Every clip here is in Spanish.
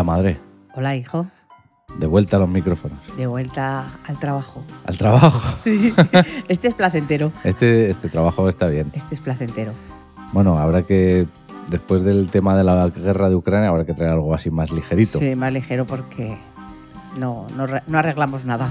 Hola, madre. Hola, hijo. De vuelta a los micrófonos. De vuelta al trabajo. ¿Al trabajo? Sí. Este es placentero. Este trabajo está bien. Este es placentero. Bueno, habrá que, después del tema de la guerra de Ucrania, habrá que traer algo así más ligerito. Sí, más ligero porque no arreglamos nada.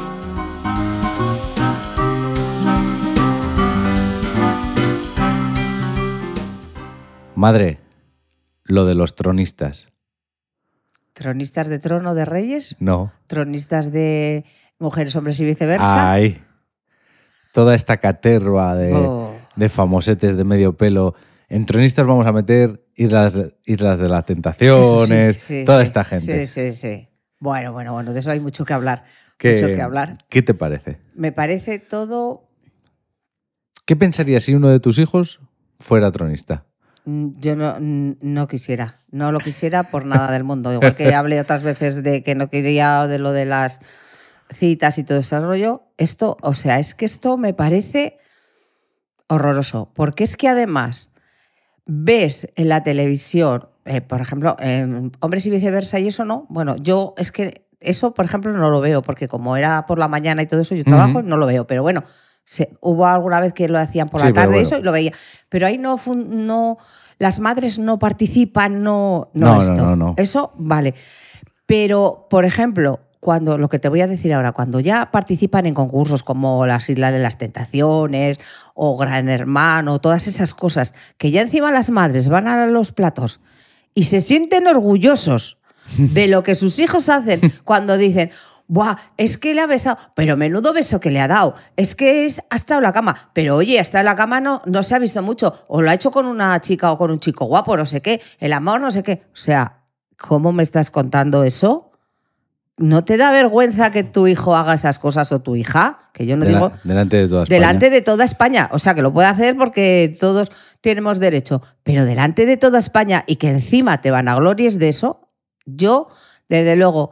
Madre, lo de los tronistas. ¿Tronistas de trono de reyes? No. ¿Tronistas de mujeres, hombres y viceversa? Ay, toda esta caterva de famosetes de medio pelo. En tronistas vamos a meter Islas de las Tentaciones, Sí, toda esta gente. Sí. Bueno, de eso hay mucho que hablar. ¿Qué te parece? Me parece todo... ¿Qué pensarías si uno de tus hijos fuera tronista? Yo no quisiera, no lo quisiera por nada del mundo. Igual que hablé otras veces de que no quería de lo de las citas y todo ese rollo. Esto me parece horroroso. Porque es que además ves en la televisión, por ejemplo, en Hombres y Viceversa y eso no. Bueno, yo es que eso, por ejemplo, no lo veo porque como era por la mañana y todo eso, yo trabajo y no lo veo. Pero bueno, hubo alguna vez que lo hacían por la tarde bueno. eso y lo veía. Pero ahí no las madres no participan, no. Eso vale. Pero, por ejemplo, lo que te voy a decir ahora, cuando ya participan en concursos como las Islas de las Tentaciones o Gran Hermano, todas esas cosas, que ya encima las madres van a los platos y se sienten orgullosos de lo que sus hijos hacen cuando dicen... ¡Buah! Es que le ha besado, pero menudo beso que le ha dado. Es que ha estado en la cama. Pero oye, ha estado en la cama no se ha visto mucho. O lo ha hecho con una chica o con un chico guapo, no sé qué. El amor, no sé qué. O sea, ¿cómo me estás contando eso? ¿No te da vergüenza que tu hijo haga esas cosas o tu hija? Que yo no digo... Delante de toda España. Delante de toda España. O sea, que lo puede hacer porque todos tenemos derecho. Pero delante de toda España y que encima te vanaglories de eso, yo, desde luego...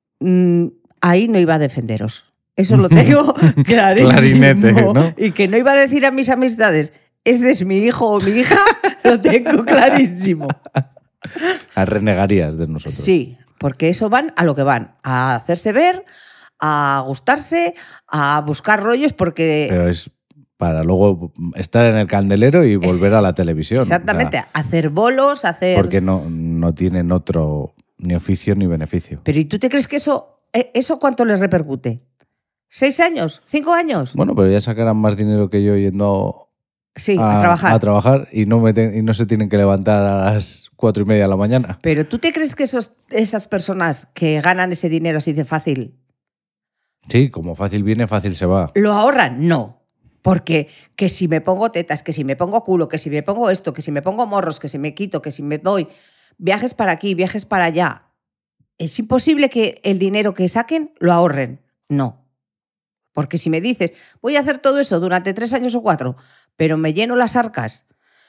ahí no iba a defenderos. Eso lo tengo clarísimo. Clarinete, ¿no? Y que no iba a decir a mis amistades, este es mi hijo o mi hija, lo tengo clarísimo. Renegarías de nosotros. Sí, porque eso van a lo que van, a hacerse ver, a gustarse, a buscar rollos porque... Pero es para luego estar en el candelero y volver a la televisión. Exactamente, hacer bolos, hacer... Porque no tienen otro ni oficio ni beneficio. Pero ¿y tú te crees que eso cuánto les repercute? ¿6 años? ¿5 años? Bueno, pero ya sacarán más dinero que yo yendo a trabajar. A trabajar y no se tienen que levantar a las 4:30 de la mañana. Pero ¿tú te crees que esas personas que ganan ese dinero así de fácil... Sí, como fácil viene, fácil se va. ¿Lo ahorran? No. Porque que si me pongo tetas, que si me pongo culo, que si me pongo esto, que si me pongo morros, que si me quito, que si me doy viajes para aquí, viajes para allá... Es imposible que el dinero que saquen lo ahorren. No. Porque si me dices, voy a hacer todo eso durante 3 años o 4, pero me lleno las arcas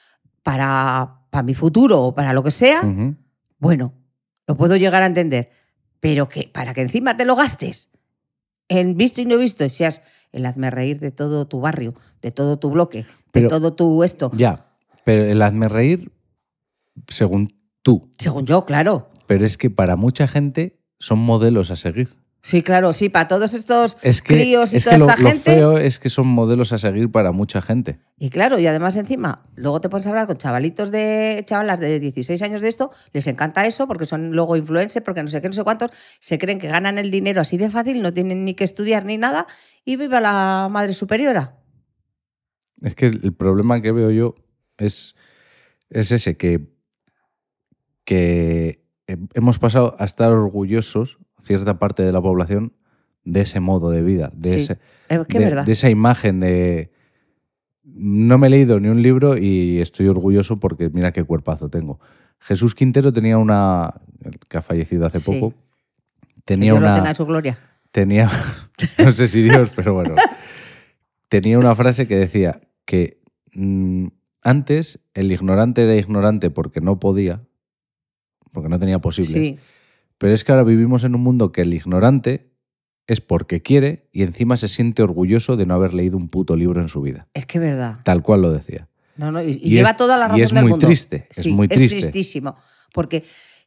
para mi futuro o para lo que sea, bueno, lo puedo llegar a entender. Pero que para que encima te lo gastes en visto y no visto, y seas el hazmerreír de todo tu barrio, de todo tu bloque, de todo tu esto. Ya, pero el hazmerreír, según tú. Según yo, claro. Pero es que para mucha gente son modelos a seguir. Sí, claro, sí, para todos estos críos y toda esta gente. Lo feo es que son modelos a seguir para mucha gente. Y claro, y además encima, luego te pones a hablar con chavalas de 16 años de esto, les encanta eso porque son luego influencers, porque no sé qué, no sé cuántos, se creen que ganan el dinero así de fácil, no tienen ni que estudiar ni nada y viva la madre superiora. Es que el problema que veo yo es ese, que hemos pasado a estar orgullosos, cierta parte de la población, de ese modo de vida, es verdad. De esa imagen de... No me he leído ni un libro y estoy orgulloso porque mira qué cuerpazo tengo. Jesús Quintero tenía que ha fallecido hace poco, tenía que Dios lo tenga en su gloria. No sé si Dios, pero bueno. Tenía una frase que decía que antes el ignorante era ignorante porque no podía, porque no tenía posible. Sí. Pero es que ahora vivimos en un mundo que el ignorante es porque quiere y encima se siente orgulloso de no haber leído un puto libro en su vida. Es que es verdad. Tal cual lo decía. Y lleva toda la razón del mundo. Triste, sí, es muy triste. Es tristísimo. Porque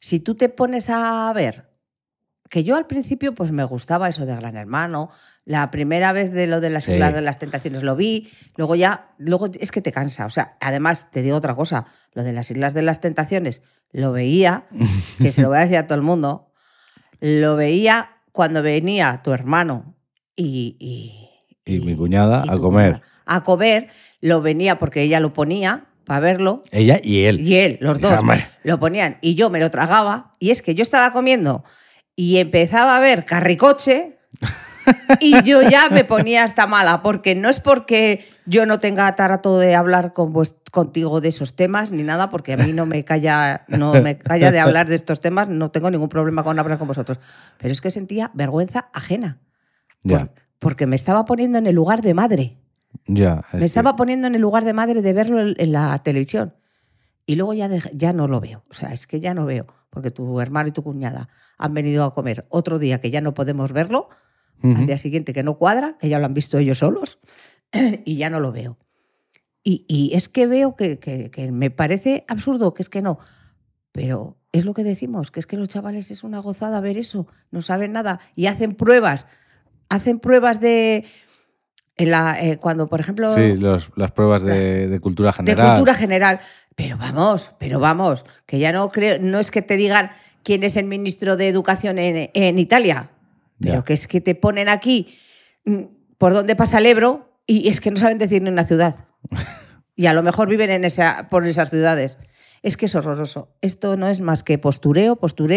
Si tú te pones a ver, que yo al principio pues me gustaba eso de Gran Hermano, la primera vez de lo de las Islas de las Tentaciones lo vi, luego es que te cansa. O sea, además te digo otra cosa, lo de las Islas de las Tentaciones lo veía, que se lo voy a decir a todo el mundo, lo veía cuando venía tu hermano y mi cuñada a comer. A comer, lo venía porque ella lo ponía para verlo. Ella y él. Y él, los dos, lo ponían y yo me lo tragaba. Y es que yo estaba comiendo y empezaba a ver Carricoche y yo ya me ponía hasta mala, porque no es porque yo no tenga tarato de hablar contigo de esos temas ni nada, porque a mí no me calla de hablar de estos temas, no tengo ningún problema con hablar con vosotros. Pero es que sentía vergüenza ajena. Porque me estaba poniendo en el lugar de madre. Me estaba poniendo en el lugar de madre de verlo en la televisión. Y luego ya no lo veo. O sea, es que ya no veo. Porque tu hermano y tu cuñada han venido a comer otro día que ya no podemos verlo, al día siguiente que no cuadra, que ya lo han visto ellos solos, y ya no lo veo. Y es que veo que me parece absurdo, que es que no. Pero es lo que decimos, que es que los chavales es una gozada ver eso. No saben nada y hacen pruebas. Hacen pruebas de... cuando, por ejemplo... Sí, las pruebas de cultura general. De cultura general. Pero vamos, que ya no creo... No es que te digan quién es el ministro de Educación en Italia, pero que es que te ponen aquí por dónde pasa el Ebro y es que no saben decir ni una ciudad. Y a lo mejor viven por esas ciudades. Es que es horroroso. Esto no es más que postureo,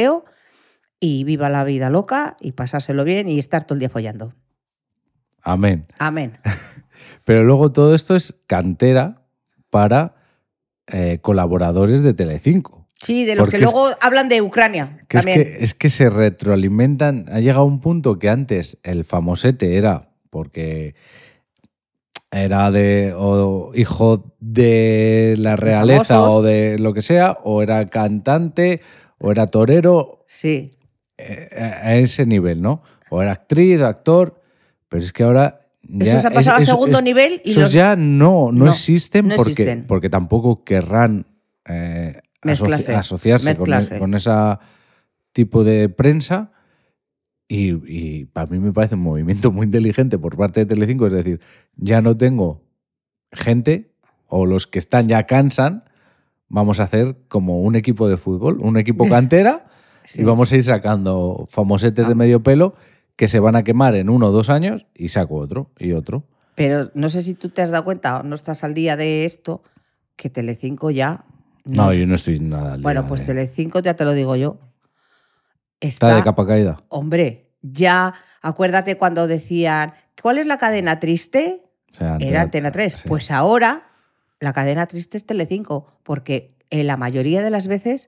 y viva la vida loca y pasárselo bien y estar todo el día follando. Amén. Amén. Pero luego todo esto es cantera para colaboradores de Telecinco. Sí, de los que luego hablan de Ucrania también. Es que se retroalimentan. Ha llegado un punto que antes el famosete era porque era hijo de la realeza o de lo que sea, o era cantante, o era torero. Sí. A ese nivel, ¿no? O era actriz, actor, pero es que ahora... Eso se ha pasado a segundo nivel y esos ya no existen, no existen. Porque tampoco querrán asociarse con ese tipo de prensa y para mí me parece un movimiento muy inteligente por parte de Telecinco, es decir, ya no tengo gente o los que están ya cansan, vamos a hacer como un equipo de fútbol, un equipo cantera. Sí. Y vamos a ir sacando famosetes de medio pelo que se van a quemar en 1 o 2 años y saco otro y otro. Pero no sé si tú te has dado cuenta o no estás al día de esto, que Telecinco ya... No, yo no estoy nada al día. Bueno, pues Telecinco, ya te lo digo yo. Está de capa caída. Hombre, ya acuérdate cuando decían, ¿cuál es la cadena triste? O sea, era Antena 3. Sí. Pues ahora la cadena triste es Telecinco, porque la mayoría de las veces...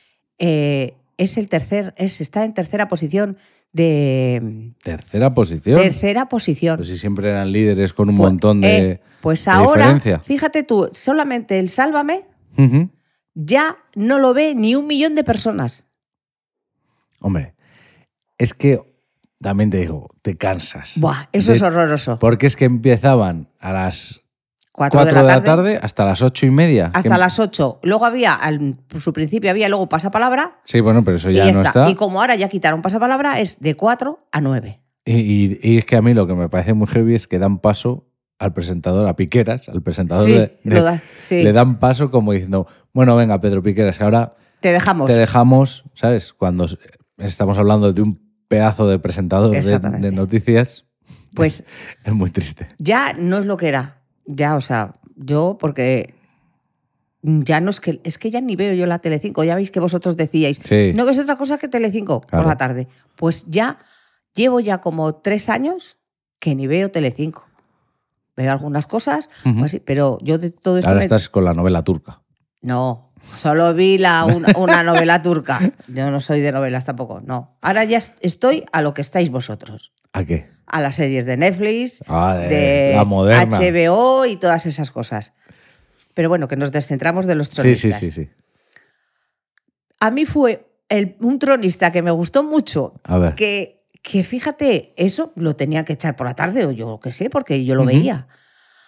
está en tercera posición de... ¿Tercera posición? Tercera posición. Pues si siempre eran líderes con un montón de Pues ahora, diferencia. Fíjate tú, solamente el Sálvame ya no lo ve ni 1 millón de personas. Hombre, es que también te digo, te cansas. Buah, eso es horroroso. Porque es que empezaban a las 4 de la tarde hasta las 8:30. Hasta las 8. Luego había, por su principio había luego pasapalabra. Sí, bueno, pero eso ya no está. Y como ahora ya quitaron pasapalabra, es de 4 a 9. Y es que a mí lo que me parece muy heavy es que dan paso al presentador, a Piqueras, al presentador le dan paso como diciendo, bueno, venga, Pedro Piqueras, ahora te dejamos, ¿sabes? Cuando estamos hablando de un pedazo de presentador de noticias, pues es muy triste. Ya no es lo que era. Ya, o sea, yo porque ya no es que ya ni veo yo la Telecinco, ya veis que vosotros decíais, no ves otra cosa que Telecinco por la tarde. Pues ya llevo ya como 3 años que ni veo Telecinco. Veo algunas cosas, así, pero yo de todo esto... Ahora estás con la novela turca. No, solo vi una novela turca. Yo no soy de novelas tampoco, no. Ahora ya estoy a lo que estáis vosotros. ¿A qué? A las series de Netflix, de la moderna, HBO y todas esas cosas. Pero bueno, que nos descentramos de los tronistas. Sí. A mí fue un tronista que me gustó mucho. A ver. Que fíjate, eso lo tenía que echar por la tarde o yo qué sé, porque yo lo veía.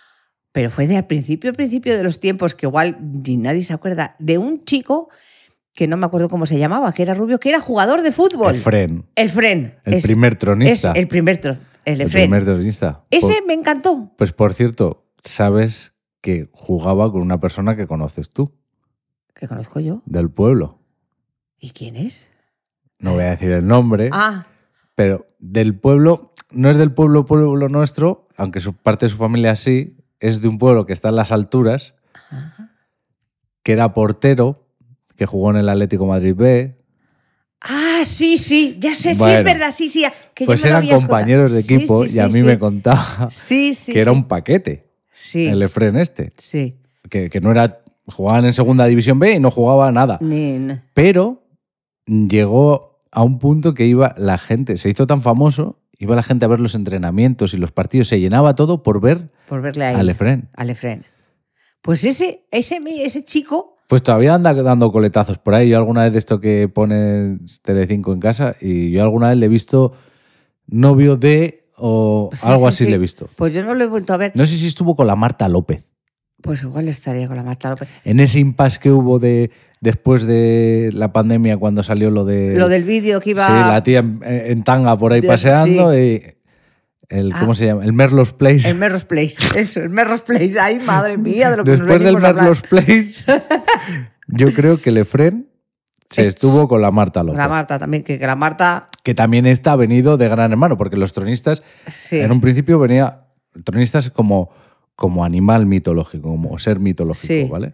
Pero fue al principio de los tiempos, que igual ni nadie se acuerda, de un chico que no me acuerdo cómo se llamaba, que era rubio, que era jugador de fútbol. El Fren. El primer tronista. El primer tronista. Ese me encantó. Pues por cierto, sabes que jugaba con una persona que conoces tú. ¿Que conozco yo? Del pueblo. ¿Y quién es? No voy a decir el nombre. Ah. Pero del pueblo, no es del pueblo nuestro, aunque parte de su familia sí, es de un pueblo que está en las alturas, que era portero, que jugó en el Atlético Madrid B. Ah, sí, ya sé, bueno, sí, es verdad, sí. Que pues yo me eran compañeros de equipo y a mí me contaba que era un paquete, el Efren este. Sí. Que no era, jugaban en segunda división B y no jugaba nada. Pero llegó a un punto que iba la gente, se hizo tan famoso, iba la gente a ver los entrenamientos y los partidos, se llenaba todo por verle al Efren. Pues ese chico... Pues todavía anda dando coletazos por ahí. Yo alguna vez de esto que pone Telecinco en casa y yo alguna vez le he visto novio de o algo así le he visto. Pues yo no lo he vuelto a ver. No sé si estuvo con la Marta López. Pues igual estaría con la Marta López. En ese impasse que hubo después de la pandemia cuando salió lo del vídeo que iba... Sí, la tía en tanga por ahí paseando y... ¿Cómo se llama? El Merlos Place. El Merlos Place, eso, el Merlos Place. Ay, madre mía, de lo que después del Merlos Place, yo creo que el Efren estuvo con la Marta López. La Marta también, que la Marta... Que también ha venido de Gran Hermano, porque los tronistas, en un principio tronistas como animal mitológico, como ser mitológico, ¿vale?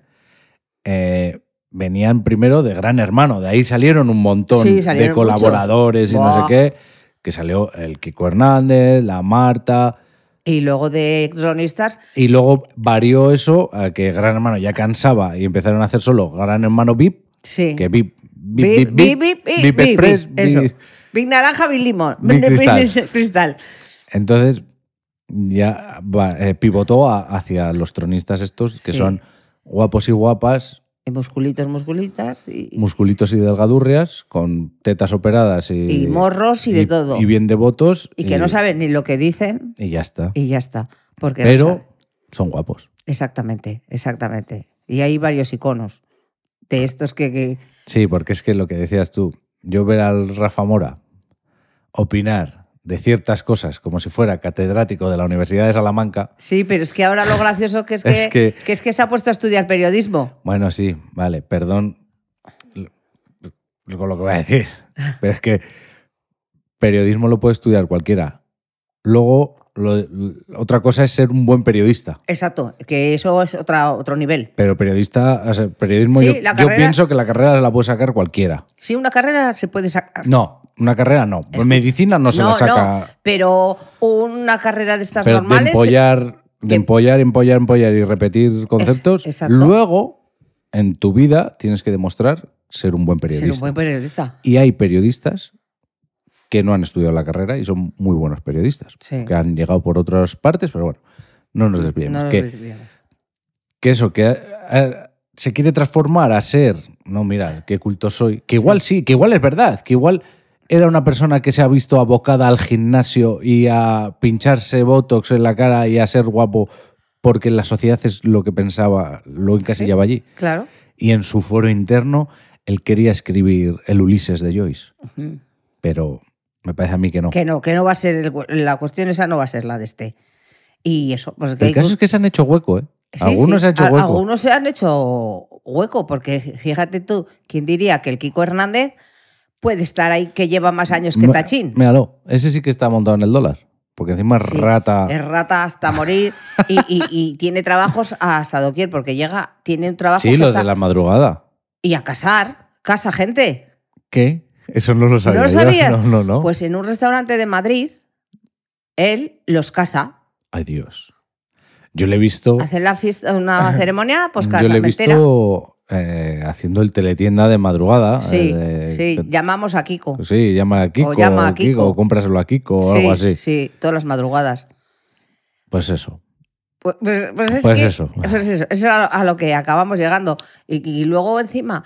Venían primero de Gran Hermano, de ahí salieron un montón de colaboradores muchos. Y no sé qué. Que salió el Kiko Hernández, la Marta... Y luego de cronistas... Y luego varió eso a que Gran Hermano ya cansaba y empezaron a hacer solo Gran Hermano VIP. Sí. Que VIP Express, Big Naranja, Big Limón. Big Cristal. Entonces ya pivotó hacia los tronistas estos, que son guapos y guapas... Musculitas. Musculitos y delgadurrias, con tetas operadas y morros y de todo. Y bien devotos. Y que no saben ni lo que dicen. Y ya está. Pero son guapos. Exactamente. Y hay varios iconos de estos que... Sí, porque es que lo que decías tú, yo ver al Rafa Mora opinar de ciertas cosas como si fuera catedrático de la Universidad de Salamanca. Sí, pero es que ahora lo gracioso que es que se ha puesto a estudiar periodismo. Bueno, sí, vale, perdón con lo que voy a decir, pero es que periodismo lo puede estudiar cualquiera. Luego, otra cosa es ser un buen periodista. Exacto, que eso es otro nivel. Pero periodismo, sí, yo pienso que la carrera la puede sacar cualquiera. Sí, una carrera se puede sacar. No. Una carrera no. Medicina no se la saca. No, pero una carrera de estas normales. De empollar y repetir conceptos. Luego, en tu vida, tienes que demostrar ser un buen periodista. Y hay periodistas que no han estudiado la carrera y son muy buenos periodistas. Sí. Que han llegado por otras partes, pero bueno, no nos desviemos. Que eso, que se quiere transformar a ser... No, mira, qué culto soy. Que igual sí, que igual es verdad, que igual... Era una persona que se ha visto abocada al gimnasio y a pincharse botox en la cara y a ser guapo porque la sociedad es lo que pensaba, lo encasillaba allí. Claro. Y en su foro interno él quería escribir el Ulises de Joyce. Uh-huh. Pero me parece a mí que no. Que no va a ser, la cuestión esa no va a ser la de este. Y eso. Pues el caso es que se han hecho hueco, ¿eh? Algunos se han hecho hueco. Algunos se han hecho hueco porque fíjate tú, ¿quién diría que el Kiko Hernández puede estar ahí, que lleva más años que Tachín? Míralo, ese sí que está montado en el dólar. Porque encima es rata. Es rata hasta morir y tiene trabajos hasta doquier, porque tiene un trabajo. Sí, los de la madrugada. Y a casa gente. ¿Qué? Eso no lo sabía. ¿No lo sabías? No. Pues en un restaurante de Madrid, él los casa. Ay, Dios. Yo le he visto. Hacer la fiesta, una ceremonia, pues casa. Yo le he visto haciendo el teletienda de madrugada. Sí, llamamos a Kiko. Sí, llama a Kiko. O llama a Kiko. O cómpraselo a Kiko o algo así. Sí, todas las madrugadas. Pues eso. Pues eso. Eso es a lo que acabamos llegando. Y luego encima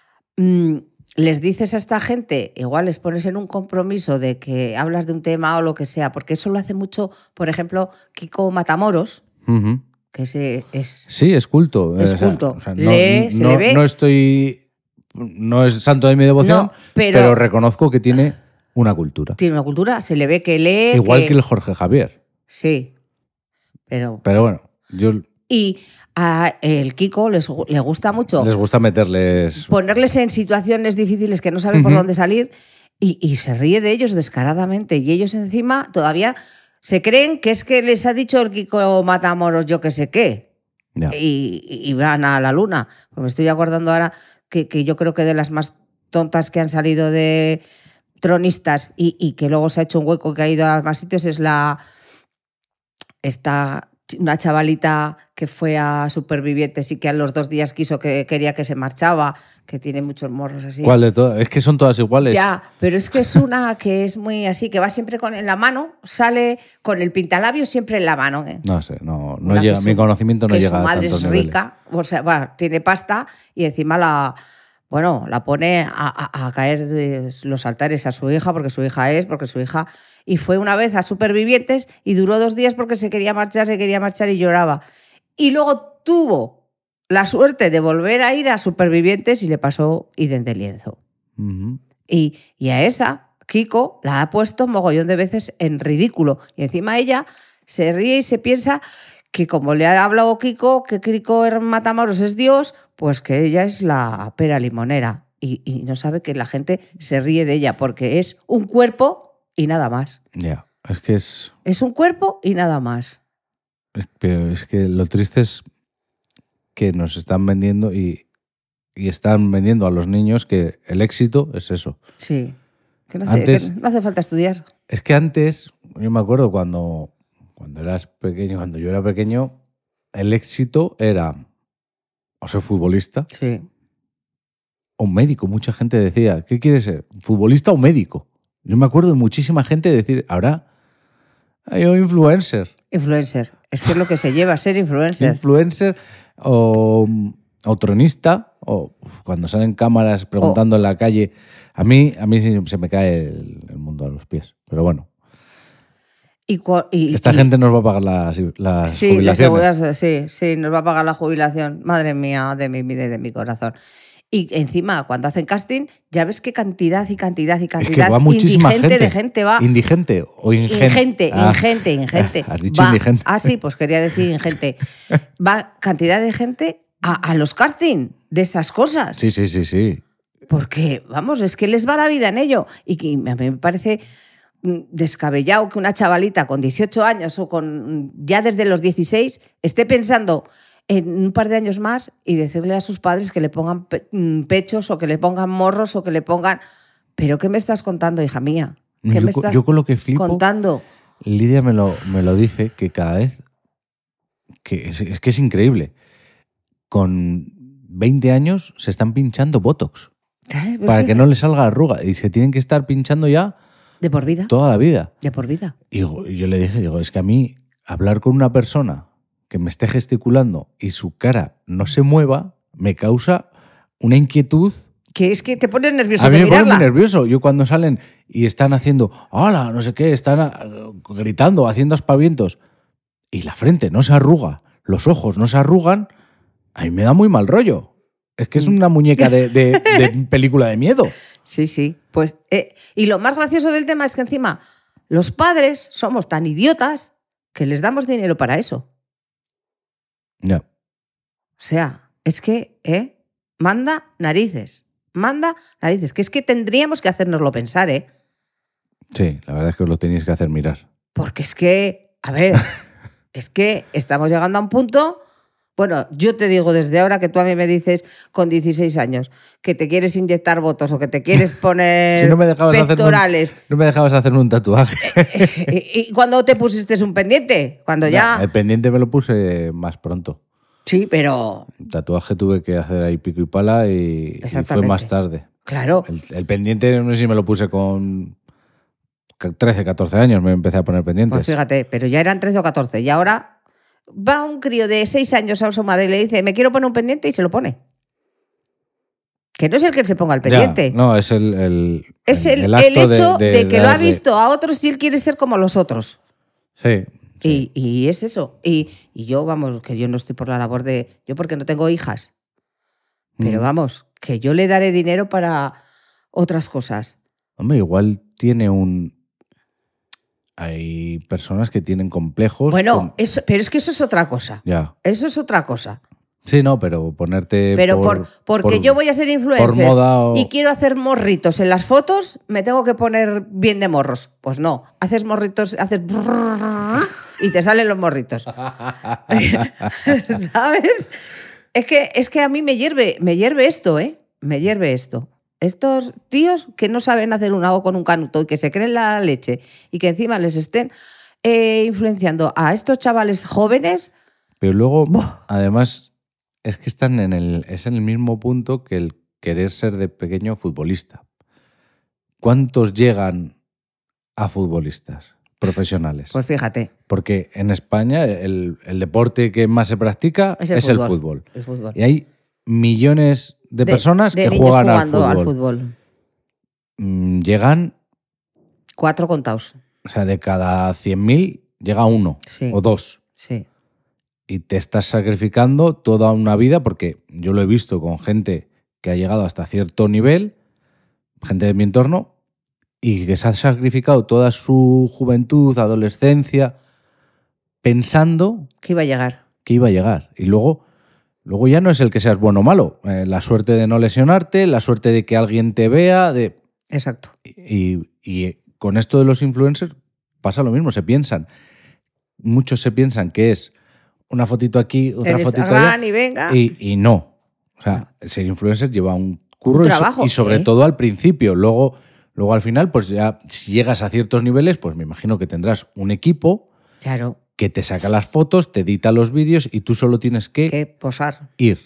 les dices a esta gente, igual les pones en un compromiso de que hablas de un tema o lo que sea, porque eso lo hace mucho, por ejemplo, Kiko Matamoros. Uh-huh. Que sí, es culto. Es culto. Se le ve. No estoy no es santo de mi devoción, pero reconozco que tiene una cultura. Tiene una cultura, se le ve que lee. Igual que el Jorge Javier. Sí, pero bueno, Y a el Kiko le gusta mucho. Les gusta meterles. Ponerles en situaciones difíciles que no saben por dónde salir y se ríe de ellos descaradamente. Y ellos encima todavía se creen que es que les ha dicho el Kiko Matamoros yo que sé qué. Ya. Y van a la luna. Pues me estoy acordando ahora que yo creo que de las más tontas que han salido de tronistas y que luego se ha hecho un hueco que ha ido a más sitios es una chavalita que fue a Supervivientes y que a los 2 días quería que se marchaba, que tiene muchos morros así. ¿Cuál de todas? Es que son todas iguales. Ya, pero es que es una que es muy así, que va siempre en la mano, sale con el pintalabios siempre en la mano. No sé, no llega, mi conocimiento no llega a tantos niveles. Su madre es rica, o sea, bueno, tiene pasta y encima la pone a caer de los altares a su hija, porque su hija... Y fue una vez a Supervivientes y duró 2 días porque se quería marchar y lloraba. Y luego tuvo la suerte de volver a ir a Supervivientes y le pasó idem de lienzo. Uh-huh. Y a esa, Kiko, la ha puesto mogollón de veces en ridículo. Y encima ella se ríe y se piensa que como le ha hablado Kiko, que Kiko Matamoros es Dios, pues que ella es la pera limonera. Y no sabe que la gente se ríe de ella porque es un cuerpo y nada más. Ya, es que es... Es un cuerpo y nada más. Pero es que lo triste es que nos están vendiendo y están vendiendo a los niños que el éxito es eso. Sí, que no hace falta estudiar. Es que antes, yo me acuerdo cuando yo era pequeño, el éxito era o ser futbolista, sí, o un médico. Mucha gente decía, ¿qué quieres ser? ¿Futbolista o médico? Yo me acuerdo de muchísima gente decir, ahora yo influencer. Influencer. Es que es lo que se lleva a ser influencer. Influencer o tronista, o cuando salen cámaras preguntando en la calle. A mí se me cae el mundo a los pies. Pero bueno. Esta gente nos va a pagar las jubilaciones. Sí, nos va a pagar la jubilación. Madre mía, de mi vida y de mi corazón. Y encima, cuando hacen casting, ya ves qué cantidad y cantidad y cantidad. Es que va muchísima gente. De gente va. ¿Indigente o ingente? Ingente. Has dicho indigente. Sí, pues quería decir ingente. Va cantidad de gente a los casting de esas cosas. Sí. Porque, vamos, es que les va la vida en ello. Y a mí me parece descabellado que una chavalita con 18 años o ya desde los 16 esté pensando en un par de años más y decirle a sus padres que le pongan pechos o que le pongan morros o que le pongan... ¿Pero qué me estás contando, hija mía? ¿Qué me estás yo con lo que flipo, contando? Lidia me lo dice, que cada vez... que es increíble. Con 20 años se están pinchando Botox para que no les salga arruga y se tienen que estar pinchando ya... De por vida. Toda la vida. De por vida. Y yo le dije, es que a mí hablar con una persona que me esté gesticulando y su cara no se mueva, me causa una inquietud. Que es que te pones nervioso. A mí me pone muy nervioso. Yo cuando salen y están haciendo, hola, no sé qué, están gritando, haciendo aspavientos, y la frente no se arruga, los ojos no se arrugan, a mí me da muy mal rollo. Es que es una muñeca de película de miedo. Sí. Pues, y lo más gracioso del tema es que encima los padres somos tan idiotas que les damos dinero para eso. Ya. O sea, es que, manda narices. Que es que tendríamos que hacérnoslo pensar, Sí, la verdad es que os lo tenéis que hacer mirar. Porque es que, a ver, es que estamos llegando a un punto... Bueno, yo te digo desde ahora que tú a mí me dices con 16 años que te quieres inyectar botox o que te quieres poner si no me dejabas pectorales. No me dejabas hacerme un tatuaje. ¿Y cuándo te pusiste un pendiente? Cuando ya... El pendiente me lo puse más pronto. Sí, pero... El tatuaje tuve que hacer ahí pico y pala y fue más tarde. Claro. El pendiente no sé si me lo puse con 13, 14 años, me empecé a poner pendientes. Pues fíjate, pero ya eran 13 o 14 y ahora... Va un crío de 6 años a su madre y le dice, me quiero poner un pendiente y se lo pone. Que no es el que se ponga el pendiente. Ya, no, es el hecho de que lo ha visto a otros y él quiere ser como los otros. Sí. Y es eso. Y yo, vamos, que yo no estoy por la labor de... Yo porque no tengo hijas. Pero vamos, que yo le daré dinero para otras cosas. Hombre, igual tiene hay personas que tienen complejos. Bueno, pero es que eso es otra cosa. Ya. Eso es otra cosa. Sí, no, pero ponerte. Pero porque yo voy a ser influencer y quiero hacer morritos en las fotos, me tengo que poner bien de morros. Pues no, haces morritos, haces y te salen los morritos. ¿Sabes? Es que a mí me hierve esto, ¿eh? Me hierve esto. Estos tíos que no saben hacer un agua con un canuto y que se creen la leche y que encima les estén influenciando a estos chavales jóvenes. Pero luego, además, es que están en el mismo punto que el querer ser de pequeño futbolista. ¿Cuántos llegan a futbolistas profesionales? Pues fíjate. Porque en España el deporte que más se practica es el fútbol. Y hay millones de personas que juegan al fútbol. Llegan 4 contados. O sea, de cada 100.000 llega 1 o 2. Sí. Y te estás sacrificando toda una vida, porque yo lo he visto con gente que ha llegado hasta cierto nivel, gente de mi entorno, y que se ha sacrificado toda su juventud, adolescencia, pensando que iba a llegar. Y luego ya no es el que seas bueno o malo. La suerte de no lesionarte, la suerte de que alguien te vea. Exacto. Y con esto de los influencers pasa lo mismo. Muchos se piensan que es una fotito aquí, otra fotito allá. Y venga. Y no. O sea, ser influencer lleva un curro trabajo, y sobre todo al principio. Luego al final, pues ya si llegas a ciertos niveles, pues me imagino que tendrás un equipo. Claro. Que te saca las fotos, te edita los vídeos y tú solo tienes que posar. Ir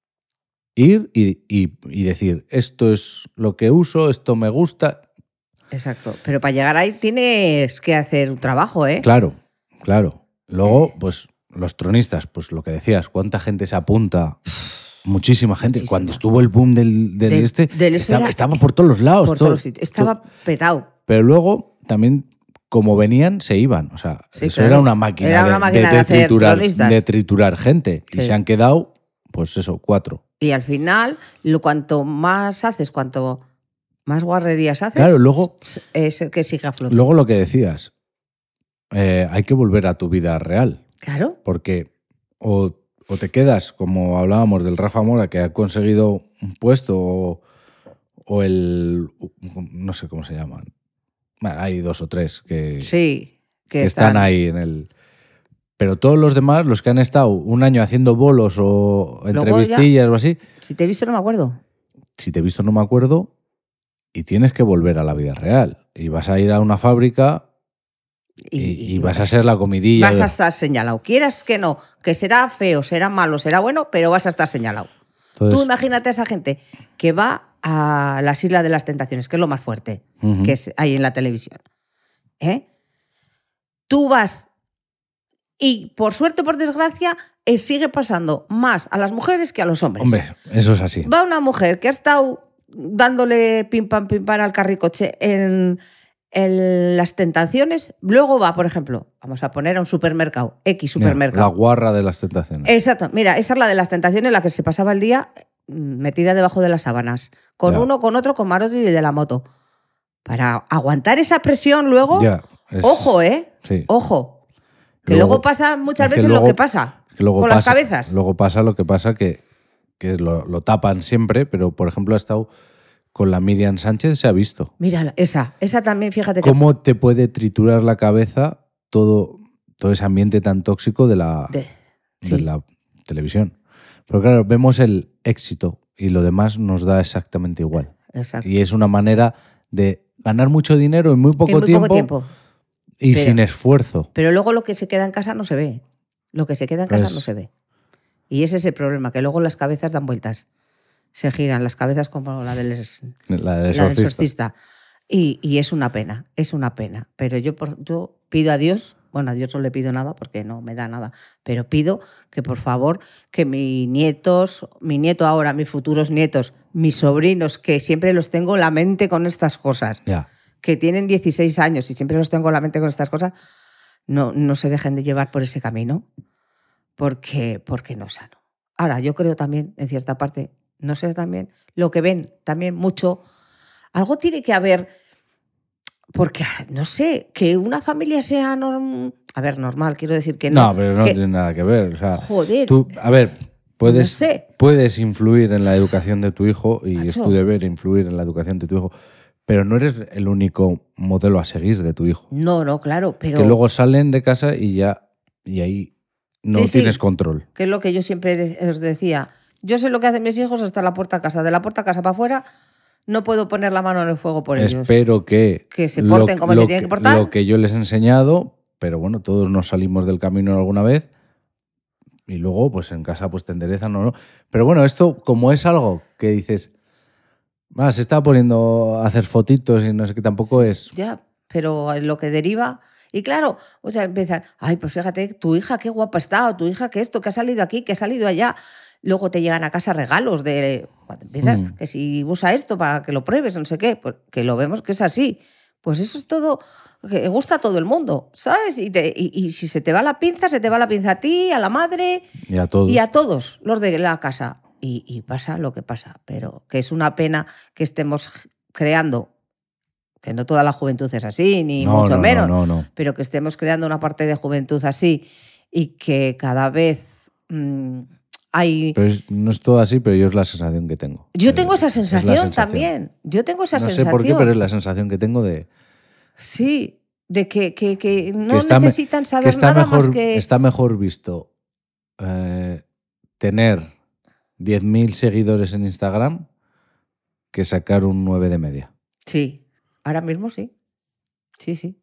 y decir, esto es lo que uso, esto me gusta. Exacto. Pero para llegar ahí tienes que hacer un trabajo, ¿eh? Claro. Luego, pues los tronistas, pues lo que decías, ¿cuánta gente se apunta? Muchísima gente. Muchísima. Cuando estuvo el boom del estaba por todos los lados. Por todos los sitios. Estaba petado. Pero luego también, como venían, se iban. O sea, eso claro. Era una máquina, de triturar gente. Sí. Y se han quedado, pues eso, 4. Y al final, cuanto más haces, cuanto más guarrerías haces, claro, luego, es el que sigue a flote. Luego lo que decías, hay que volver a tu vida real. Claro. Porque o te quedas, como hablábamos del Rafa Mora, que ha conseguido un puesto, o el... no sé cómo se llaman. Bueno, hay 2 o 3 que están ahí en el... Pero todos los demás, los que han estado un año haciendo bolos o entrevistillas o así... Si te he visto no me acuerdo y tienes que volver a la vida real. Y vas a ir a una fábrica y vas a ser la comidilla. Vas a estar señalado. Quieras que no, que será feo, será malo, será bueno, pero vas a estar señalado. Entonces, tú imagínate a esa gente que va a las Islas de las Tentaciones, que es lo más fuerte que hay en la televisión. Tú vas y, por suerte o por desgracia, sigue pasando más a las mujeres que a los hombres. Hombre, eso es así. Va una mujer que ha estado dándole pim pam al carricoche en las Tentaciones, luego va, por ejemplo, vamos a poner a un supermercado, X supermercado. La guarra de las Tentaciones. Exacto, mira, esa es la de las Tentaciones, la que se pasaba el día metida debajo de las sábanas, con uno, con otro, con Maroto y el de la moto. Para aguantar esa presión luego, ojo, sí. Ojo, que luego pasa muchas veces lo que pasa con las cabezas. Luego pasa lo que pasa que lo tapan siempre, pero por ejemplo ha estado con la Miriam Sánchez, se ha visto. Mira, esa también, fíjate. ¿Cómo te puede triturar la cabeza todo ese ambiente tan tóxico de la televisión? Pero claro, vemos el éxito y lo demás nos da exactamente igual. Exacto. Y es una manera de ganar mucho dinero en muy poco tiempo. Y sin esfuerzo. Pero luego lo que se queda en casa no se ve. Lo que se queda en casa no se ve. Y ese es el problema, que luego las cabezas dan vueltas. Se giran las cabezas como la del exorcista. Y es una pena. Pero yo pido a Dios, bueno, a Dios no le pido nada porque no me da nada, pero pido que por favor, que mi nieto ahora, mis futuros nietos, mis sobrinos, que siempre los tengo en la mente con estas cosas, que tienen 16 años y siempre los tengo en la mente con estas cosas, no se dejen de llevar por ese camino porque no es sano. Ahora, yo creo también, en cierta parte, no sé también, lo que ven también mucho. Algo tiene que haber, porque, no sé, que una familia sea normal, quiero decir que no. No, pero no tiene nada que ver. O sea, joder. Tú, a ver, puedes, no sé. puedes influir en la educación de tu hijo y Macho. es tu deber influir en la educación de tu hijo, pero no eres el único modelo a seguir de tu hijo. No, claro, pero... Que luego salen de casa y ahí no tienes control. Que es lo que yo siempre os decía. Yo sé lo que hacen mis hijos hasta la puerta a casa. De la puerta a casa para afuera no puedo poner la mano en el fuego por ellos. Espero que se porten como se tienen que portar. Lo que yo les he enseñado, pero bueno, todos nos salimos del camino alguna vez y luego pues en casa pues te enderezan o no. Pero bueno, esto como es algo que dices, se está poniendo a hacer fotitos y no sé qué, tampoco es... Ya, pero lo que deriva... Y claro, o sea, empiezan, ay, pues fíjate, tu hija qué guapa está, o tu hija que esto, que ha salido aquí, que ha salido allá. Luego te llegan a casa regalos de... Cuando empiezan, que si usa esto para que lo pruebes, no sé qué, pues que lo vemos que es así. Pues eso es todo, que gusta a todo el mundo, ¿sabes? Y si se te va la pinza, se te va la pinza a ti, a la madre... Y a todos. Y a todos los de la casa. Y pasa lo que pasa, pero que es una pena que estemos creando... que no toda la juventud es así, ni mucho menos, pero que estemos creando una parte de juventud así y que cada vez hay... Pero no es todo así, pero yo es la sensación que tengo. Yo tengo esa sensación también. Yo tengo esa sensación. No sé por qué, pero es la sensación que tengo de... Sí, de que no necesitan saber nada más que... Está mejor visto tener 10.000 seguidores en Instagram que sacar un 9 de media. Sí. Ahora mismo sí. Sí.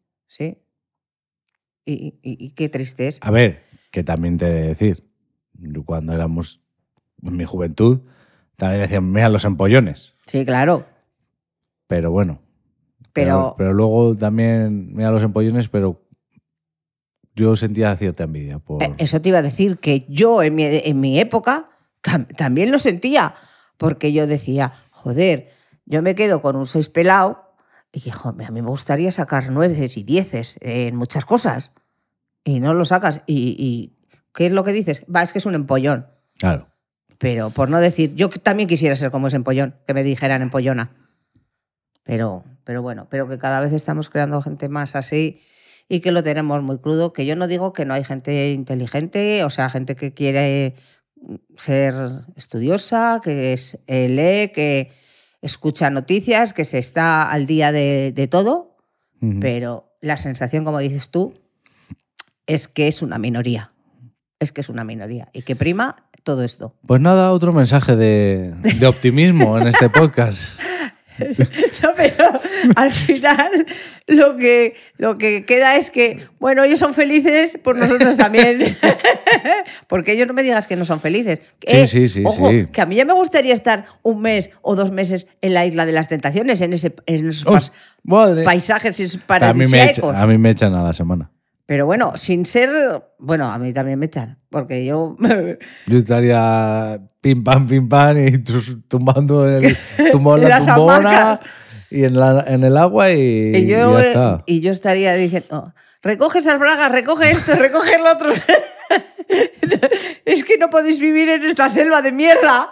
Y qué triste es. A ver, que también te he de decir, cuando éramos en mi juventud, también decían, mira los empollones. Sí, claro. Pero bueno. Pero luego también, mira los empollones, pero yo sentía cierta envidia. Eso te iba a decir, que yo en mi época también lo sentía, porque yo decía, joder, yo me quedo con un 6 pelado. Y joder, a mí me gustaría sacar 9 y 10 en muchas cosas. Y no lo sacas. ¿Y qué es lo que dices? Es que es un empollón. Claro. Pero por no decir, yo también quisiera ser como ese empollón, que me dijeran empollona. Pero bueno, pero que cada vez estamos creando gente más así y que lo tenemos muy crudo. Que yo no digo que no hay gente inteligente, o sea, gente que quiere ser estudiosa, que lee, que... escucha noticias, que se está al día de todo, pero la sensación, como dices tú, es que es una minoría. Es que es una minoría y que prima todo esto. Pues nada, otro mensaje de optimismo en este podcast. No, pero al final lo que queda es que, bueno, ellos son felices, pues nosotros también. Porque ellos no me digas que no son felices. Sí. Ojo, que a mí ya me gustaría estar 1 mes o 2 meses en la Isla de las Tentaciones, en esos paisajes paradisíacos. A mí me echan a la semana. Pero bueno, sin ser... Bueno, a mí también me echan, porque yo... Yo estaría pim pam y tumbando en la tumbona y en el agua y ya está. Y yo estaría diciendo, recoge esas bragas, recoge esto, recoge lo otro. Es que no podéis vivir en esta selva de mierda.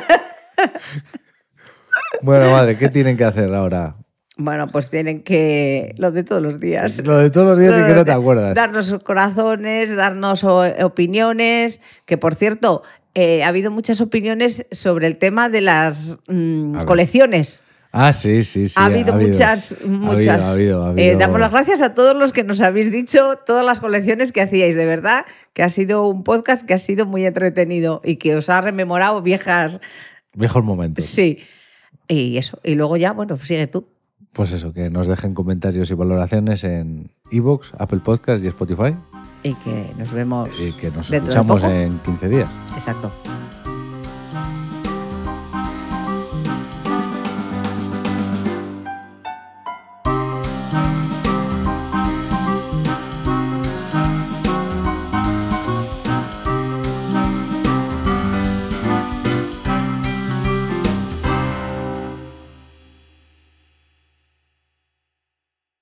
Bueno, madre, ¿qué tienen que hacer ahora? Bueno, pues tienen que... Lo de todos los días. Lo de todos los días y que no te acuerdas. Darnos corazones, darnos opiniones. Que, por cierto, ha habido muchas opiniones sobre el tema de las colecciones. Ah, sí. Ha habido muchas. Ha habido. Damos las gracias a todos los que nos habéis dicho todas las colecciones que hacíais. De verdad que ha sido un podcast que ha sido muy entretenido y que os ha rememorado viejos momentos. Sí. Y eso. Y luego ya, bueno, pues sigue tú. Pues eso, que nos dejen comentarios y valoraciones en iVoox, Apple Podcast y Spotify. Y que nos vemos. Y que nos escuchamos en 15 días. Exacto.